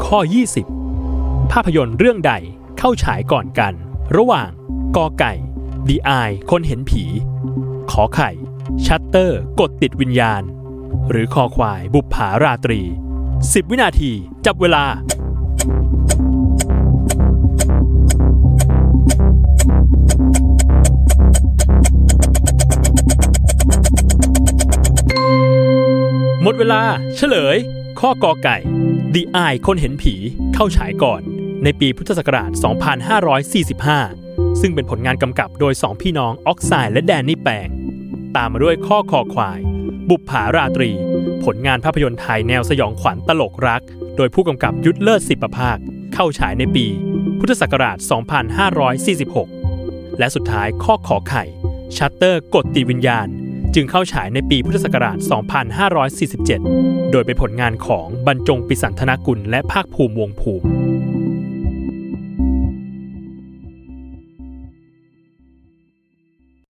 ข้อ 20 ภาพยนตร์เรื่องใดเข้าฉายก่อนกันระหว่างกอไก่ The Eye คนเห็นผีขอไข่ Shutter กดติดวิญญาณหรือคอควายบุปผาราตรี10 วินาทีจับเวลาหมดเวลาเฉลยข้อกอไก่ The Eye คนเห็นผีเข้าฉายก่อนในปีพุทธศักราช 2545 ซึ่งเป็นผลงานกำกับโดย2พี่น้องออกไซด์และแดนนี่แปงตามมาด้วยข้อคอควายบุปผาราตรีผลงานภาพยนตร์ไทยแนวสยองขวัญตลกรักโดยผู้กำกับยุทธเลิศศิปภาคเข้าฉายในปีพุทธศักราช 2546 และสุดท้ายข้อขอไข่ Shutter กดติดวิญญาณจึงเข้าฉายในปีพุทธศักราช 2547 โดยเป็นผลงานของบรรจงปิสันธนกุลและภาคภูมิวงศ์ภูมิ